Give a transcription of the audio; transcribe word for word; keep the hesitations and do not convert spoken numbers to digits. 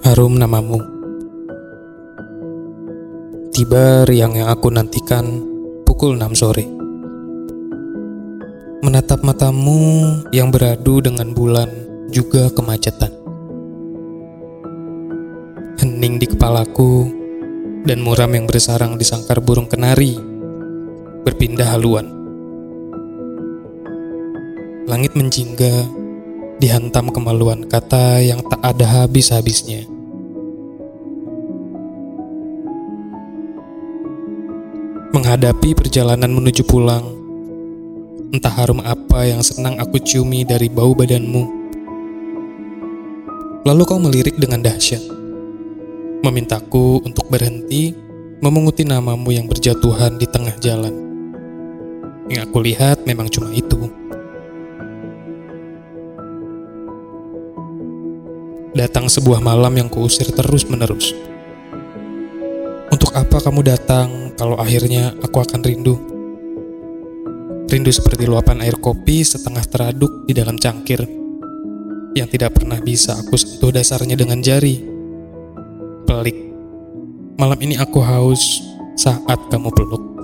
Harum namamu. Tiba riang yang aku nantikan pukul enam sore. Menatap matamu yang beradu dengan bulan juga kemacetan. Hening di kepalaku dan muram yang bersarang di sangkar burung kenari berpindah haluan. Langit menjingga dihantam kemaluan kata yang tak ada habis-habisnya. Menghadapi perjalanan menuju pulang, entah harum apa yang senang aku ciumi dari bau badanmu. Lalu kau melirik dengan dahsyat, memintaku untuk berhenti memunguti namamu yang berjatuhan di tengah jalan. Yang aku lihat memang cuma itu. Datang sebuah malam yang kuusir terus-menerus. Untuk apa kamu datang kalau akhirnya aku akan rindu? Rindu seperti luapan air kopi setengah teraduk di dalam cangkir yang tidak pernah bisa aku sentuh dasarnya dengan jari. Pelik, malam ini aku haus saat kamu peluk.